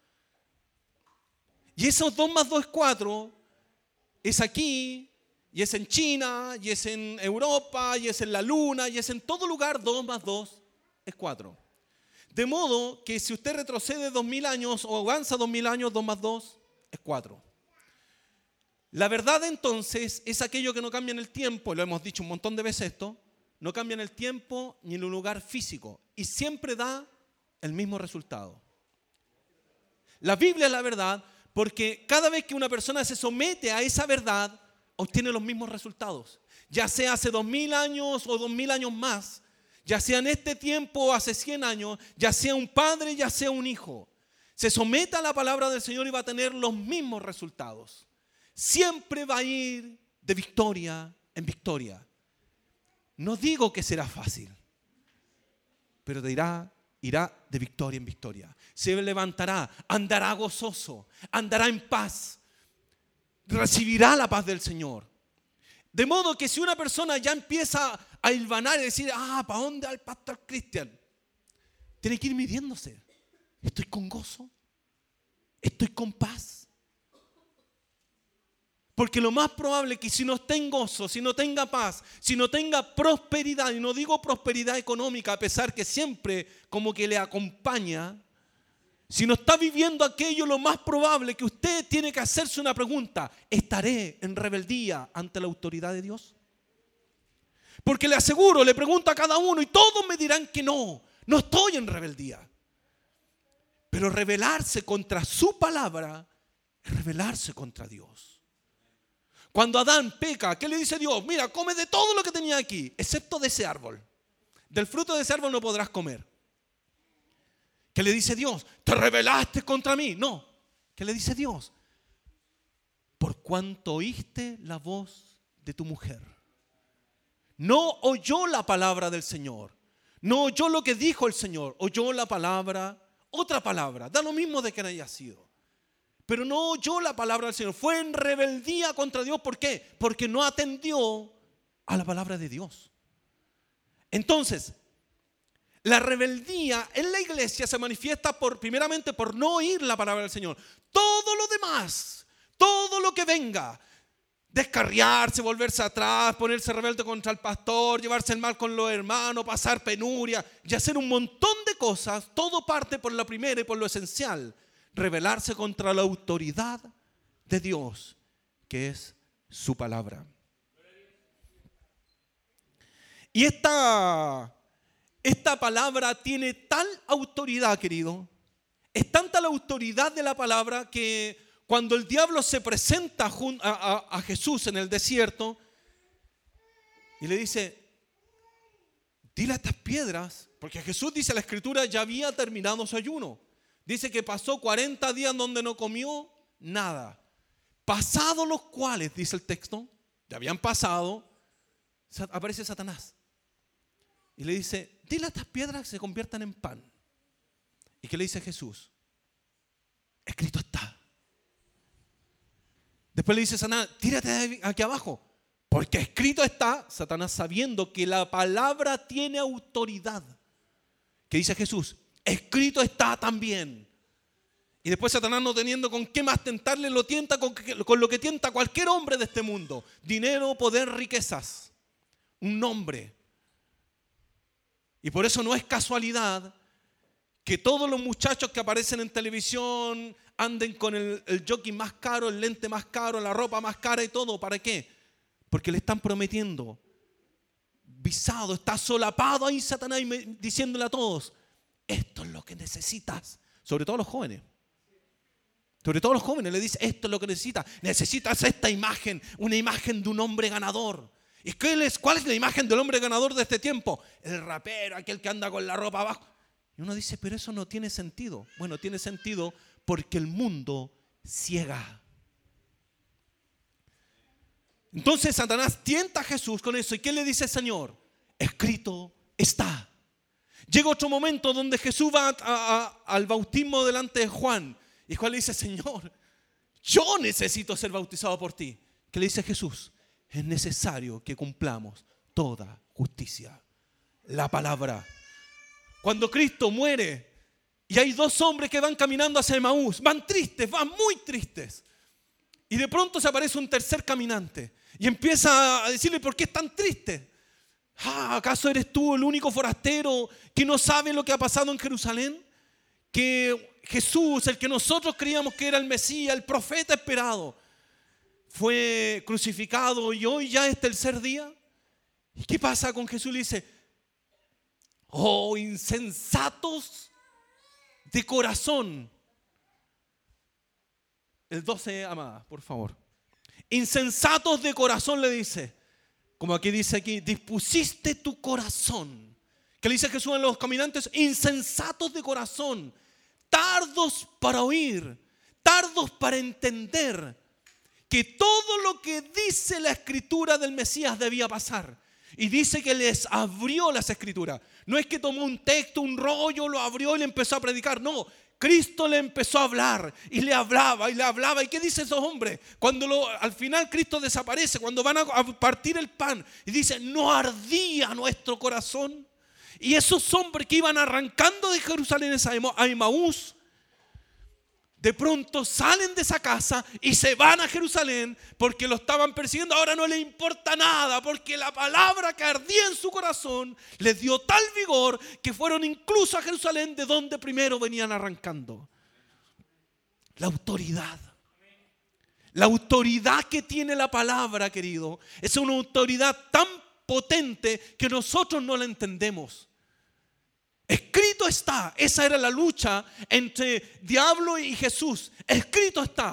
Y esos 2 más 2 es 4, es aquí, y es en China, y es en Europa, y es en la Luna, y es en todo lugar. 2 más 2 es 4. De modo que si usted retrocede 2000 años o avanza 2000 años, 2 más 2 es 4. La verdad entonces es aquello que no cambia en el tiempo, lo hemos dicho un montón de veces esto, no cambia en el tiempo ni en un lugar físico y siempre da el mismo resultado. La Biblia es la verdad porque cada vez que una persona se somete a esa verdad, obtiene los mismos resultados. Ya sea hace 2000 años o 2000 años más, ya sea en este tiempo o hace 100 años, ya sea un padre, ya sea un hijo. Se someta a la palabra del Señor y va a tener los mismos resultados. Siempre va a ir de victoria en victoria. No digo que será fácil, pero irá de victoria en victoria. Se levantará, andará gozoso, andará en paz, recibirá la paz del Señor. De modo que si una persona ya empieza a hilvanar y decir, ¿para dónde va el pastor Cristian? Tiene que ir midiéndose. ¿Estoy con gozo? ¿Estoy con paz? Porque lo más probable es que si no esté en gozo, si no tenga paz, si no tenga prosperidad, y no digo prosperidad económica, a pesar que siempre como que le acompaña, si no está viviendo aquello, lo más probable es que usted tiene que hacerse una pregunta: ¿estaré en rebeldía ante la autoridad de Dios? Porque le aseguro, le pregunto a cada uno y todos me dirán que no estoy en rebeldía. Pero rebelarse contra su palabra es rebelarse contra Dios. Cuando Adán peca, ¿qué le dice Dios? Mira, come de todo lo que tenía aquí, excepto de ese árbol. Del fruto de ese árbol no podrás comer. ¿Qué le dice Dios? ¿Te rebelaste contra mí? No. ¿Qué le dice Dios? Por cuanto oíste la voz de tu mujer. No oyó la palabra del Señor. No oyó lo que dijo el Señor. Oyó la palabra, otra palabra. Da lo mismo de que haya sido. Pero no oyó la palabra del Señor. Fue en rebeldía contra Dios. ¿Por qué? Porque no atendió a la palabra de Dios. Entonces, la rebeldía en la iglesia se manifiesta primeramente por no oír la palabra del Señor. Todo lo demás, todo lo que venga, descarriarse, volverse atrás, ponerse rebelde contra el pastor, llevarse el mal con los hermanos, pasar penuria y hacer un montón de cosas, todo parte por la primera y por lo esencial, rebelarse contra la autoridad de Dios, que es su palabra. Y esta palabra tiene tal autoridad, querido. Es tanta la autoridad de la palabra que cuando el diablo se presenta a Jesús en el desierto y le dice, dile a estas piedras, porque Jesús dice la escritura ya había terminado su ayuno. Dice que pasó 40 días donde no comió nada. Pasados los cuales, dice el texto, ya habían pasado, aparece Satanás. Y le dice, dile a estas piedras que se conviertan en pan. ¿Y qué le dice Jesús? Escrito está. Después le dice Satanás, tírate aquí abajo. Porque escrito está, Satanás sabiendo que la palabra tiene autoridad. ¿Qué dice Jesús? Escrito está también. Y después Satanás, no teniendo con qué más tentarle, lo tienta con lo que tienta cualquier hombre de este mundo. Dinero, poder, riquezas. Un nombre. Y por eso no es casualidad que todos los muchachos que aparecen en televisión anden con el jockey más caro, el lente más caro, la ropa más cara y todo. ¿Para qué? Porque le están prometiendo. Visado, está solapado ahí Satanás diciéndole a todos, esto es lo que necesitas. Sobre todo a los jóvenes. Sobre todo a los jóvenes le dice, esto es lo que necesitas. Necesitas esta imagen, una imagen de un hombre ganador. ¿Y cuál es la imagen del hombre ganador de este tiempo? El rapero, aquel que anda con la ropa abajo. Y uno dice, pero eso no tiene sentido. Bueno, tiene sentido porque el mundo ciega. Entonces Satanás tienta a Jesús con eso. ¿Y qué le dice el Señor? Escrito está. Llega otro momento donde Jesús va al bautismo delante de Juan. Y Juan le dice, Señor, yo necesito ser bautizado por ti. ¿Qué le dice Jesús? Es necesario que cumplamos toda justicia. La palabra. Cuando Cristo muere y hay dos hombres que van caminando hacia Emaús, van tristes, van muy tristes. Y de pronto se aparece un tercer caminante y empieza a decirle, ¿por qué es tan triste? ¿Acaso eres tú el único forastero que no sabe lo que ha pasado en Jerusalén? Que Jesús, el que nosotros creíamos que era el Mesías, el profeta esperado, fue crucificado y hoy ya es tercer día. ¿Y qué pasa con Jesús? Le dice, oh, insensatos de corazón. El 12, amada, por favor. Insensatos de corazón, le dice. Como aquí dice aquí, dispusiste tu corazón. ¿Qué le dice Jesús a los caminantes? Insensatos de corazón, tardos para oír, tardos para entender que todo lo que dice la escritura del Mesías debía pasar. Y dice que les abrió las escrituras. No es que tomó un texto, un rollo, lo abrió y le empezó a predicar. No, Cristo le empezó a hablar y le hablaba y le hablaba. ¿Y qué dicen esos hombres? Cuando al final Cristo desaparece, cuando van a partir el pan y dice, no ardía nuestro corazón. Y esos hombres que iban arrancando de Jerusalén a Emaús, de pronto salen de esa casa y se van a Jerusalén porque lo estaban persiguiendo. Ahora no les importa nada porque la palabra que ardía en su corazón les dio tal vigor que fueron incluso a Jerusalén, de donde primero venían arrancando. La autoridad. La autoridad que tiene la palabra, querido, es una autoridad tan potente que nosotros no la entendemos. Escrito está. Esa era la lucha entre diablo y Jesús. Escrito está.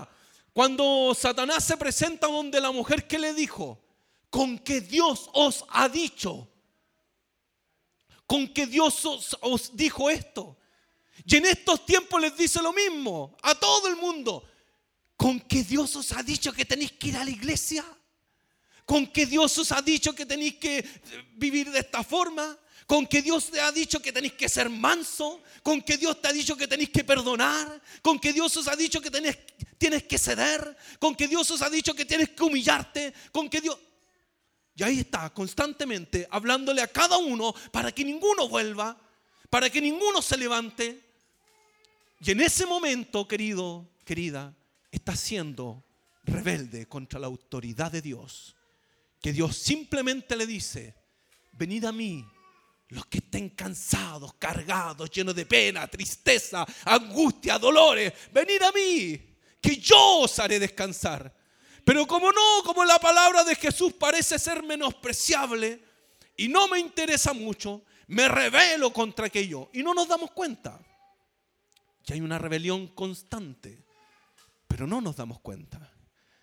Cuando Satanás se presenta donde la mujer, ¿qué le dijo? Con que Dios os ha dicho. Con que Dios os dijo esto. Y en estos tiempos les dice lo mismo a todo el mundo. Con que Dios os ha dicho que tenéis que ir a la iglesia. Con que Dios os ha dicho que tenéis que vivir de esta forma. Con que Dios te ha dicho que tenéis que ser manso. Con que Dios te ha dicho que tenéis que perdonar. Con que Dios os ha dicho que tienes que ceder. Con que Dios os ha dicho que tienes que humillarte. Con que Dios... Y ahí está, constantemente hablándole a cada uno para que ninguno vuelva, para que ninguno se levante. Y en ese momento, querido, querida, está siendo rebelde contra la autoridad de Dios. Que Dios simplemente le dice: venid a mí, los que estén cansados, cargados, llenos de pena, tristeza, angustia, dolores. Venid a mí, que yo os haré descansar. Pero como la palabra de Jesús parece ser menospreciable y no me interesa mucho, me rebelo contra aquello. Y no nos damos cuenta. Y hay una rebelión constante, pero no nos damos cuenta.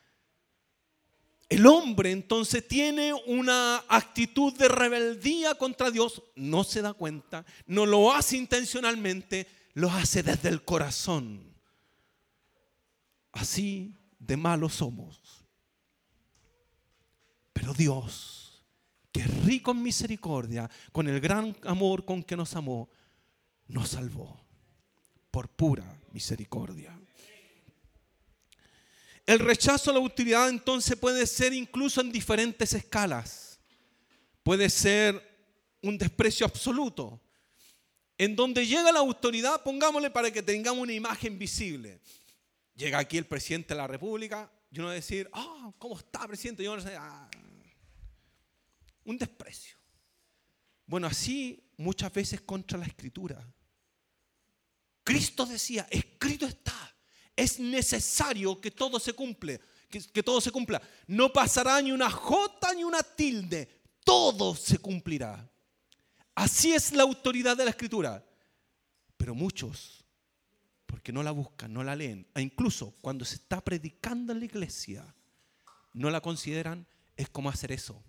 El hombre entonces tiene una actitud de rebeldía contra Dios, no se da cuenta, no lo hace intencionalmente, lo hace desde el corazón. Así de malos somos. Pero Dios, que es rico en misericordia, con el gran amor con que nos amó, nos salvó por pura misericordia. El rechazo a la autoridad entonces puede ser incluso en diferentes escalas. Puede ser un desprecio absoluto. En donde llega la autoridad, pongámosle para que tengamos una imagen visible. Llega aquí el presidente de la República y uno va a decir: ¿cómo está, presidente? Y uno dice: un desprecio. Bueno, así muchas veces contra la Escritura. Cristo decía: escrito está. Es necesario que todo se cumpla, que todo se cumpla. No pasará ni una jota ni una tilde. Todo se cumplirá. Así es la autoridad de la Escritura. Pero muchos, porque no la buscan, no la leen, e incluso cuando se está predicando en la iglesia, no la consideran. Es como hacer eso.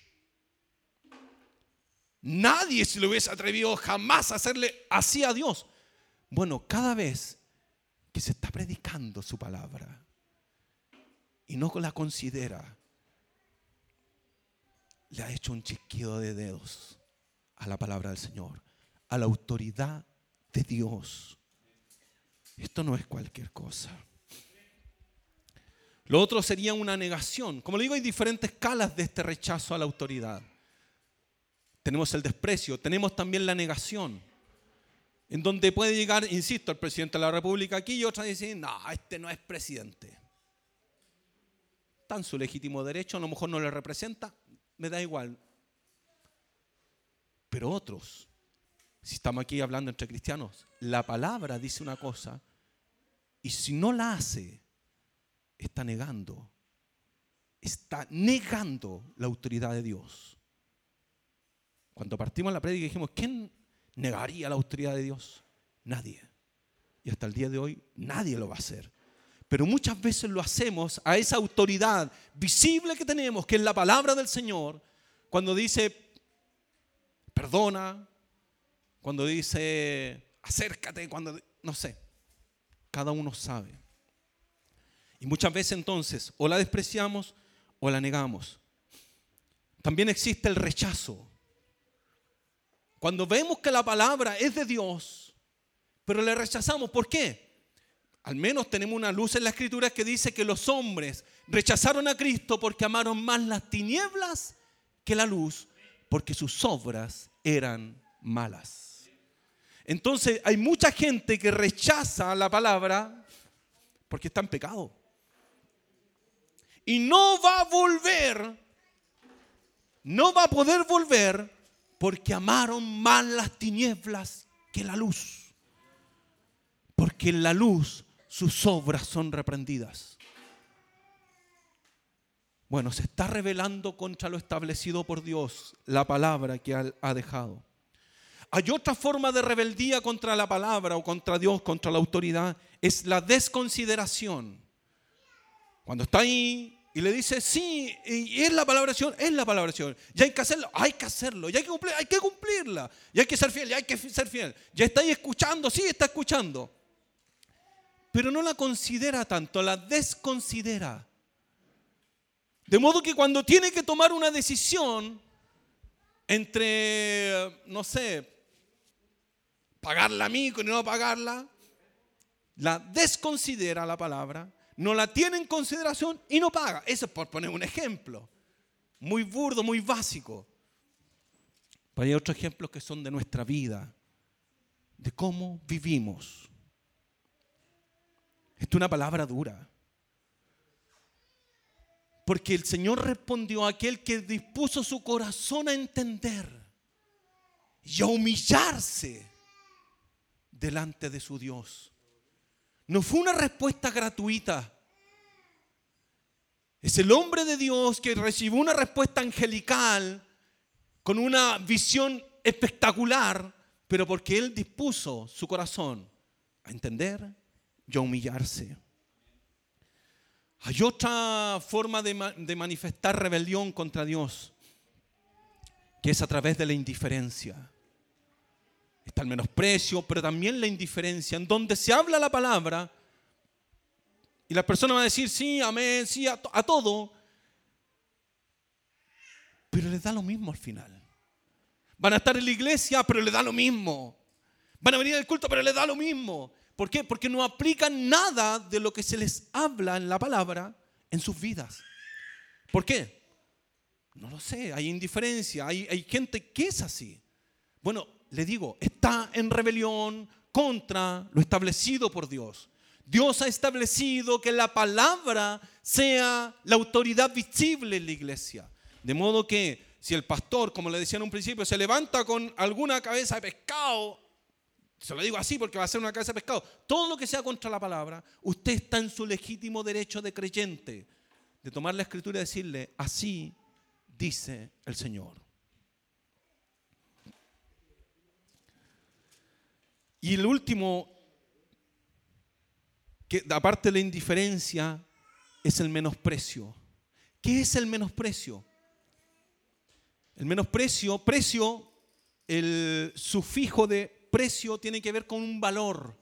Nadie se le hubiese atrevido jamás a hacerle así a Dios. Bueno, cada vez que se está predicando su palabra y no la considera, le ha hecho un chasquido de dedos a la palabra del Señor, a la autoridad de Dios. Esto no es cualquier cosa. Lo otro sería una negación. Como le digo, hay diferentes escalas de este rechazo a la autoridad. Tenemos el desprecio, tenemos también la negación, en donde puede llegar, insisto, el presidente de la República aquí y otros dicen: no, este no es presidente. Está en su legítimo derecho, a lo mejor no le representa, me da igual. Pero otros, si estamos aquí hablando entre cristianos, la palabra dice una cosa y si no la hace, está negando la autoridad de Dios. Cuando partimos la prédica dijimos: ¿quién negaría la autoridad de Dios? Nadie. Y hasta el día de hoy nadie lo va a hacer. Pero muchas veces lo hacemos a esa autoridad visible que tenemos, que es la palabra del Señor, cuando dice perdona, cuando dice acércate, cuando no sé, cada uno sabe. Y muchas veces entonces o la despreciamos o la negamos. También existe el rechazo. Cuando vemos que la palabra es de Dios, pero le rechazamos, ¿por qué? Al menos tenemos una luz en la Escritura que dice que los hombres rechazaron a Cristo porque amaron más las tinieblas que la luz, porque sus obras eran malas. Entonces hay mucha gente que rechaza la palabra porque está en pecado. Y no va a poder volver porque amaron más las tinieblas que la luz. Porque en la luz sus obras son reprendidas. Bueno, se está rebelando contra lo establecido por Dios, la palabra que ha dejado. Hay otra forma de rebeldía contra la palabra o contra Dios, contra la autoridad, es la desconsideración. Cuando está ahí y le dice, sí, y es la palabra del Señor, es la palabra del Señor. Ya hay que hacerlo, ya hay que cumplirla. Ya hay que ser fiel, ya hay que ser fiel. Ya está ahí escuchando, sí, está escuchando. Pero no la considera tanto, la desconsidera. De modo que cuando tiene que tomar una decisión entre, no sé, pagarla a mí y no pagarla, la desconsidera la palabra, no la tiene en consideración y no paga. Eso es por poner un ejemplo, muy burdo, muy básico. Pero hay otros ejemplos que son de nuestra vida, de cómo vivimos. Esto es una palabra dura. Porque el Señor respondió a aquel que dispuso su corazón a entender y a humillarse delante de su Dios. No fue una respuesta gratuita. Es el hombre de Dios que recibió una respuesta angelical con una visión espectacular, pero porque él dispuso su corazón a entender y a humillarse. Hay otra forma de manifestar rebelión contra Dios, que es a través de la indiferencia. Está el menosprecio, pero también la indiferencia, en donde se habla la palabra y la persona va a decir sí, amén, sí, a todo, pero les da lo mismo al final. Van a estar en la iglesia, pero les da lo mismo. Van a venir al culto, pero les da lo mismo. ¿Por qué? Porque no aplican nada de lo que se les habla en la palabra en sus vidas. ¿Por qué? No lo sé, hay indiferencia, hay gente que es así. Bueno, le digo, está en rebelión contra lo establecido por Dios. Dios ha establecido que la palabra sea la autoridad visible en la iglesia. De modo que si el pastor, como le decía en un principio, se levanta con alguna cabeza de pescado, se lo digo así porque va a ser una cabeza de pescado, todo lo que sea contra la palabra, usted está en su legítimo derecho de creyente de tomar la escritura y decirle, así dice el Señor. Y el último, que aparte de la indiferencia, es el menosprecio. ¿Qué es el menosprecio? El menosprecio, el sufijo de precio tiene que ver con un valor.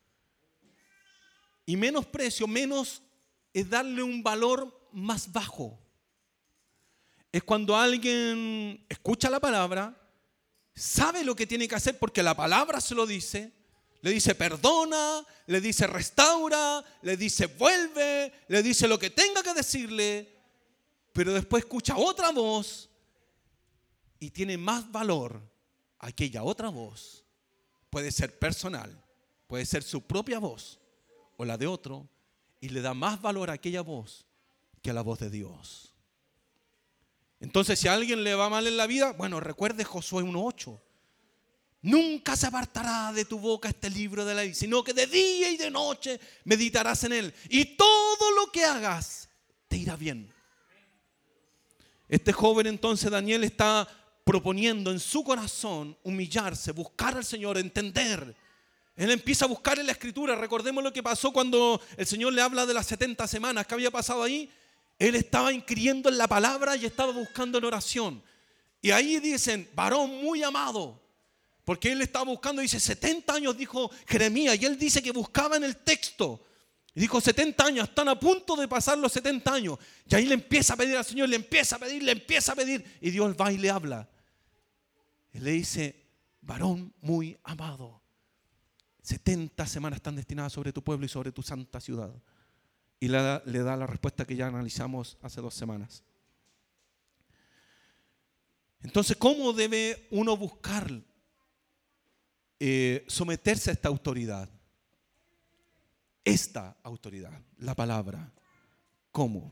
Y menosprecio, menos es darle un valor más bajo. Es cuando alguien escucha la palabra, sabe lo que tiene que hacer porque la palabra se lo dice, le dice perdona, le dice restaura, le dice vuelve, le dice lo que tenga que decirle, pero después escucha otra voz y tiene más valor aquella otra voz. Puede ser personal, puede ser su propia voz o la de otro, y le da más valor a aquella voz que a la voz de Dios. Entonces, si a alguien le va mal en la vida, bueno, recuerde Josué 1:8. Nunca se apartará de tu boca este libro de la ley, sino que de día y de noche meditarás en él. Y todo lo que hagas te irá bien. Este joven entonces, Daniel, está proponiendo en su corazón humillarse, buscar al Señor, entender. Él empieza a buscar en la Escritura. Recordemos lo que pasó cuando el Señor le habla de las 70 semanas. ¿Qué había pasado ahí? Él estaba inquiriendo en la palabra y estaba buscando en oración. Y ahí dicen, varón muy amado. Porque él estaba buscando, dice, 70 años, dijo Jeremías. Y él dice que buscaba en el texto. Y dijo, 70 años, están a punto de pasar los 70 años. Y ahí le empieza a pedir al Señor, le empieza a pedir. Y Dios va y le habla. Él le dice, varón muy amado. 70 semanas están destinadas sobre tu pueblo y sobre tu santa ciudad. Y le da la respuesta que ya analizamos hace 2 semanas. Entonces, ¿cómo debe uno buscar someterse a esta autoridad? Esta autoridad, la palabra. ¿Cómo?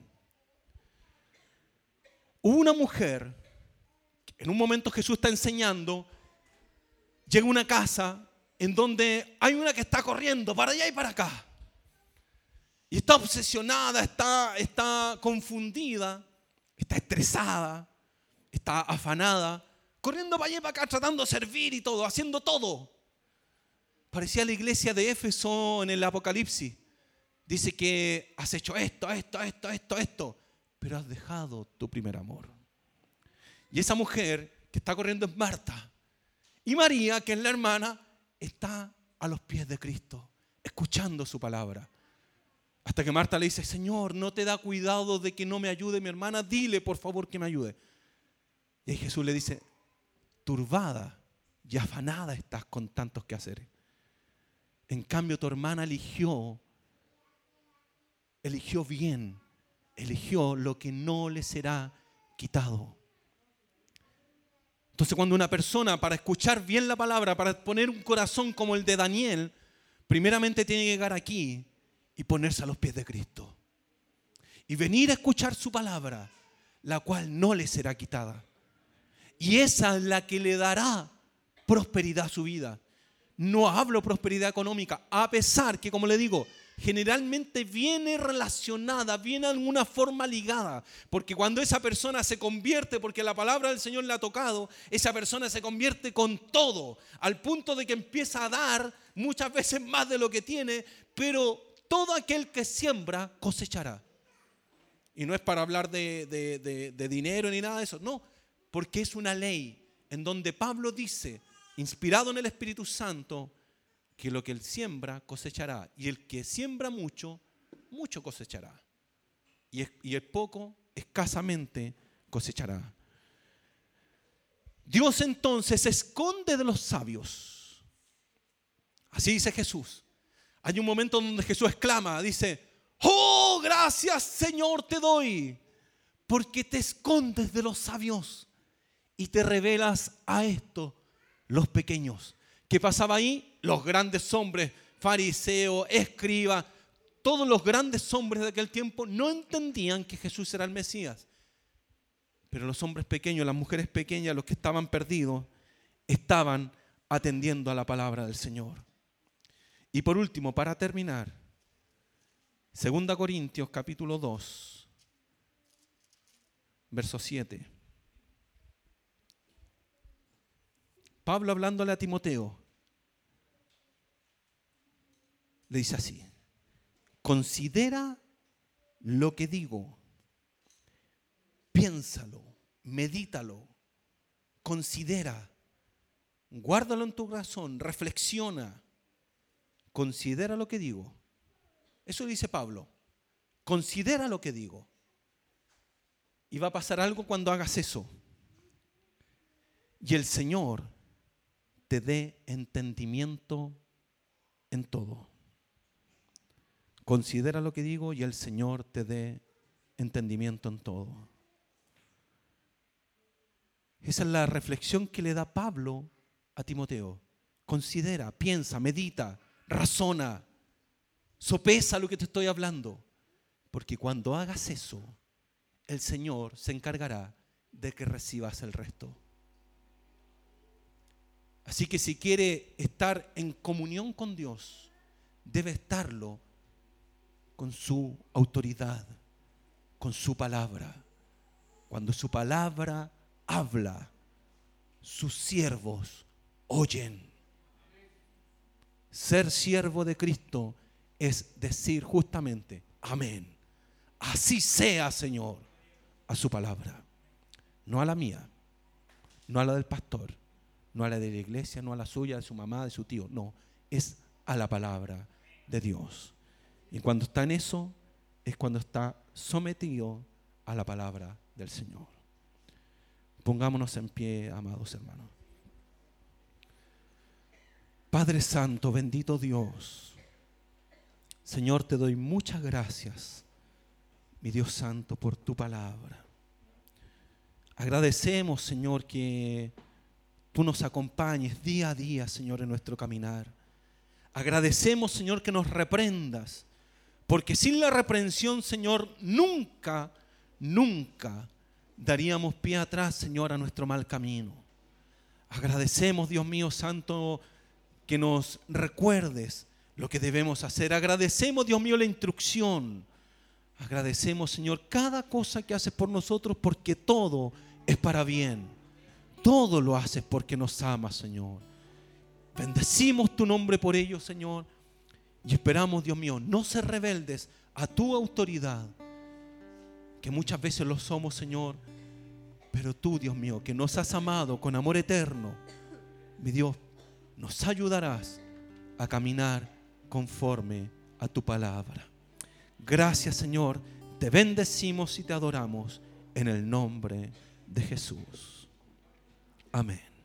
Hubo una mujer, en un momento Jesús está enseñando, llega a una casa en donde hay una que está corriendo para allá y para acá. Y está obsesionada, está confundida, está estresada, está afanada, corriendo para allá y para acá, tratando de servir y todo, haciendo todo. Parecía la iglesia de Éfeso en el Apocalipsis, dice que has hecho esto, pero has dejado tu primer amor. Y esa mujer que está corriendo es Marta. Y María, que es la hermana, está a los pies de Cristo, escuchando su palabra. Hasta que Marta le dice, Señor, ¿no te da cuidado de que no me ayude mi hermana? Dile, por favor, que me ayude. Y ahí Jesús le dice, turbada y afanada estás con tantos quehaceres. En cambio, tu hermana eligió bien, eligió lo que no le será quitado. Entonces, cuando una persona, para escuchar bien la palabra, para poner un corazón como el de Daniel, primeramente tiene que llegar aquí y ponerse a los pies de Cristo. Y venir a escuchar su palabra, la cual no le será quitada. Y esa es la que le dará prosperidad a su vida. No hablo prosperidad económica, a pesar que, como le digo, generalmente viene relacionada, viene de alguna forma ligada. Porque cuando esa persona se convierte, porque la palabra del Señor le ha tocado, esa persona se convierte con todo, al punto de que empieza a dar muchas veces más de lo que tiene, pero todo aquel que siembra cosechará. Y no es para hablar de dinero ni nada de eso, no, porque es una ley en donde Pablo dice, inspirado en el Espíritu Santo, que lo que él siembra cosechará. Y el que siembra mucho, mucho cosechará. Y el poco, escasamente cosechará. Dios entonces se esconde de los sabios. Así dice Jesús. Hay un momento donde Jesús exclama, dice, ¡oh, gracias Señor te doy! Porque te escondes de los sabios y te revelas a estos, los pequeños. ¿Qué pasaba ahí? Los grandes hombres, fariseos, escribas, todos los grandes hombres de aquel tiempo no entendían que Jesús era el Mesías. Pero los hombres pequeños, las mujeres pequeñas, los que estaban perdidos, estaban atendiendo a la palabra del Señor. Y por último, para terminar, 2 Corintios capítulo 2, verso 7. Pablo, hablándole a Timoteo, le dice así: considera lo que digo, piénsalo, medítalo, considera, guárdalo en tu corazón, reflexiona, considera lo que digo. Eso dice Pablo, considera lo que digo. Y va a pasar algo cuando hagas eso. Y el Señor te dé entendimiento en todo. Considera lo que digo y el Señor te dé entendimiento en todo. Esa es la reflexión que le da Pablo a Timoteo. Considera, piensa, medita, razona, sopesa lo que te estoy hablando. Porque cuando hagas eso, el Señor se encargará de que recibas el resto. Así que si quiere estar en comunión con Dios, debe estarlo con su autoridad, con su palabra. Cuando su palabra habla, sus siervos oyen. Ser siervo de Cristo es decir justamente, amén. Así sea, Señor, a su palabra. No a la mía, no a la del pastor, no a la de la iglesia, no a la suya, de su mamá, de su tío. No, es a la palabra de Dios. Y cuando está en eso, es cuando está sometido a la palabra del Señor. Pongámonos en pie, amados hermanos. Padre Santo, bendito Dios. Señor, te doy muchas gracias, mi Dios Santo, por tu palabra. Agradecemos, Señor, que tú nos acompañes día a día, Señor, en nuestro caminar. Agradecemos, Señor, que nos reprendas, porque sin la reprensión, Señor, nunca daríamos pie atrás, Señor, a nuestro mal camino. Agradecemos, Dios mío Santo, que nos recuerdes lo que debemos hacer. Agradecemos, Dios mío, la instrucción. Agradecemos, Señor, cada cosa que haces por nosotros, porque todo es para bien. Todo lo haces porque nos amas, Señor. Bendecimos tu nombre por ello, Señor. Y esperamos, Dios mío, no ser rebeldes a tu autoridad, que muchas veces lo somos, Señor, pero tú, Dios mío, que nos has amado con amor eterno, mi Dios, nos ayudarás a caminar conforme a tu palabra. Gracias, Señor, te bendecimos y te adoramos en el nombre de Jesús. Amén.